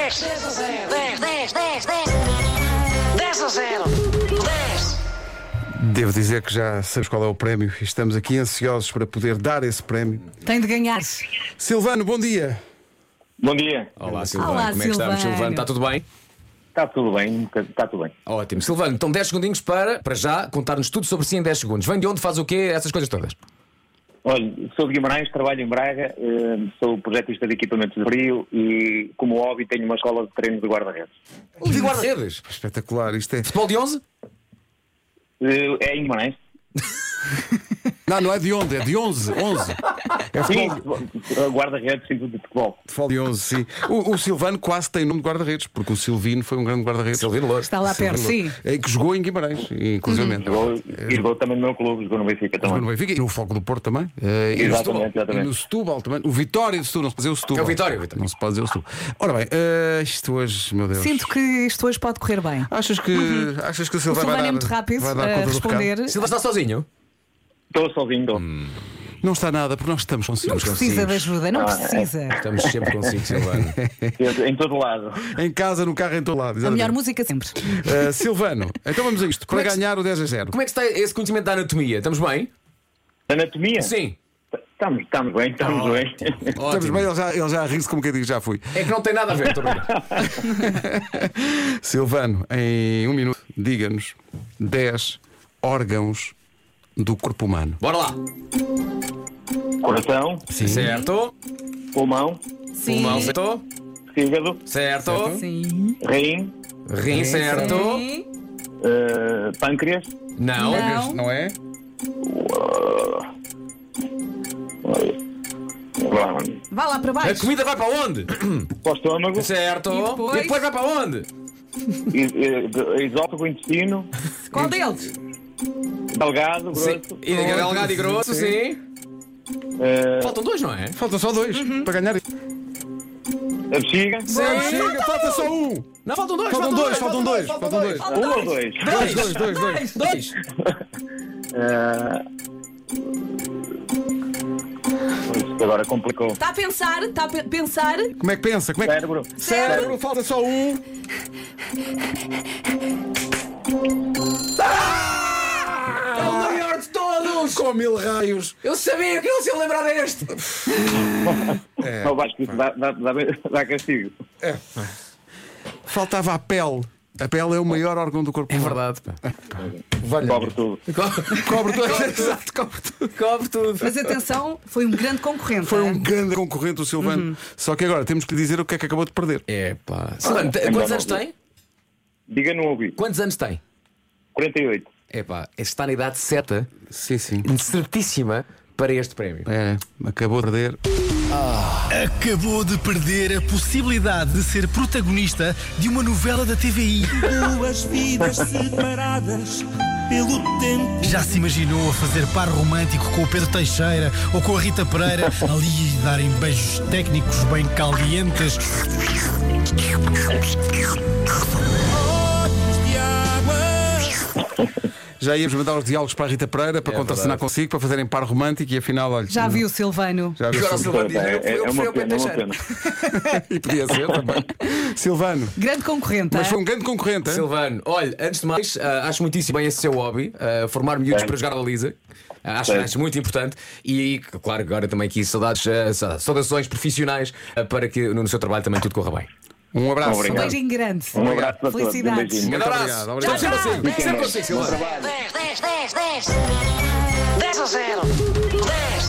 10 a 0. 10 a 0. 10. Devo dizer que já sabes qual é o prémio e estamos aqui ansiosos para poder dar esse prémio. Tem de ganhar. Silvano, bom dia. Bom dia. Olá, Silvano. Olá, Como é que estamos, Silvano? Silvano? Está tudo bem? Está tudo bem, está tudo bem. Ótimo. Silvano, então 10 segundinhos para já, contar-nos tudo sobre si em 10 segundos. Vem de onde, faz o quê, essas coisas todas. Olha, sou de Guimarães, trabalho em Braga, sou projetista de equipamentos de frio e, como hobby, tenho uma escola de treino de guarda-redes. De guarda-redes. Espetacular, isto é. Futebol de 11? É em Guimarães? Não é de onde, é de 11. 11. É Sim, futebol guarda-redes, sim, de futebol. de 11, sim. O Silvano quase tem nome de guarda-redes, porque o Silvino foi um grande guarda-redes. Silvino Louro. Está lá perto, sim. Que jogou em Guimarães, inclusivamente. Jogou também no meu clube, jogou no Benfica Jogou no também. Benfica e no Foco do Porto também. E Exatamente. no Setúbal também. O Vitória de Setúbal, não se pode dizer o Setúbal. É o Vitória. Não se pode dizer o Setúbal. Ora bem, isto hoje, meu Deus. Sinto que isto hoje pode correr bem. Achas que o O Silvano Silvano vai dar, é muito rápido vai dar a conta do responder. recado? Silvano está sozinho? Estou sozinho, estou. Não está nada, porque nós estamos consigo. Não precisa de ajuda, não precisa. Estamos sempre consigo, Silvano. Em todo lado. Em casa, no carro, em todo lado. A exatamente. melhor música sempre. Silvano, então vamos a isto. Para é que se- ganhar o 10 a 0. Como é que está esse conhecimento da anatomia? Estamos bem? Anatomia? Sim. Estamos bem, estamos bem. Estamos Ótimo. bem, ele já ri-se como quem diz, já fui. É que não tem nada a ver, estou bem. Silvano, em um minuto, diga-nos 10 órgãos do corpo humano. Bora lá. Coração, Certo. pulmão, Sim. Pulmão, certo. fígado, Certo. Sim. rim, Rim, certo. Sim. pâncreas, Não. Não é? Vá lá para A baixo. comida vai para onde? para o estômago, Certo. E depois? vai para onde? esófago, intestino, Qual deles? delgado, Sim. grosso, E delgado e grosso, sim. Faltam dois, não é? Faltam só 2 para ganhar. a bexiga, Chega, falta só um. Não, faltam dois. Faltam dois. Faltam dois. um ou dois. Dois. Isto agora complicou. Está a pensar? Está a pensar? Como é que pensa? Cérebro, Cérebro, falta só um. É o maior de todos! Com 1000 raios. Eu sabia que não se ia lembrar deste! não acho que isso dá castigo. Faltava a pele. A pele é o maior órgão do corpo É humano. verdade, pá. Cobre tudo. Cobre tudo. Exato, cobre tudo. Cobre tudo. Mas atenção, foi um grande concorrente. Foi um grande concorrente o Silvano. Só que agora temos que lhe dizer o que é que acabou de perder. É pá. Silvano, é quantos melhor anos não. tem? Diga no ouvido. Quantos anos tem? 48. É pá, está na idade certa, Sim, sim. certíssima para este prémio. Acabou de perder. Acabou de perder a possibilidade de ser protagonista de uma novela da TVI. Duas vidas separadas pelo tempo. Já se imaginou a fazer par romântico com o Pedro Teixeira ou com a Rita Pereira, ali darem beijos técnicos bem calientes? Olhos de água. Já íamos mandar os diálogos para a Rita Pereira para contracenar consigo, para fazerem par romântico e afinal, olha. Já viu, Silvano? Já viu. Agora o Silvano diz: É eu uma prefiro o Pedro pena, é uma Teixeira. pena. E podia ser também. Silvano. Grande concorrente. Mas é? foi um grande concorrente, hein? Silvano, olha, antes de mais, acho muitíssimo bem esse seu hobby, formar miúdos para jogar a baliza. Acho muito importante. E, claro, agora também aqui saudações profissionais para que no seu trabalho também tudo corra bem. Um abraço. Um Obrigado. beijinho grande. Um abraço para todos. Um Felicidades. beijinho. Grande abraço. obrigado, obrigado. Sempre consigo. Fiquem Sempre bem. consigo, Silvano. 10 a 0. 10.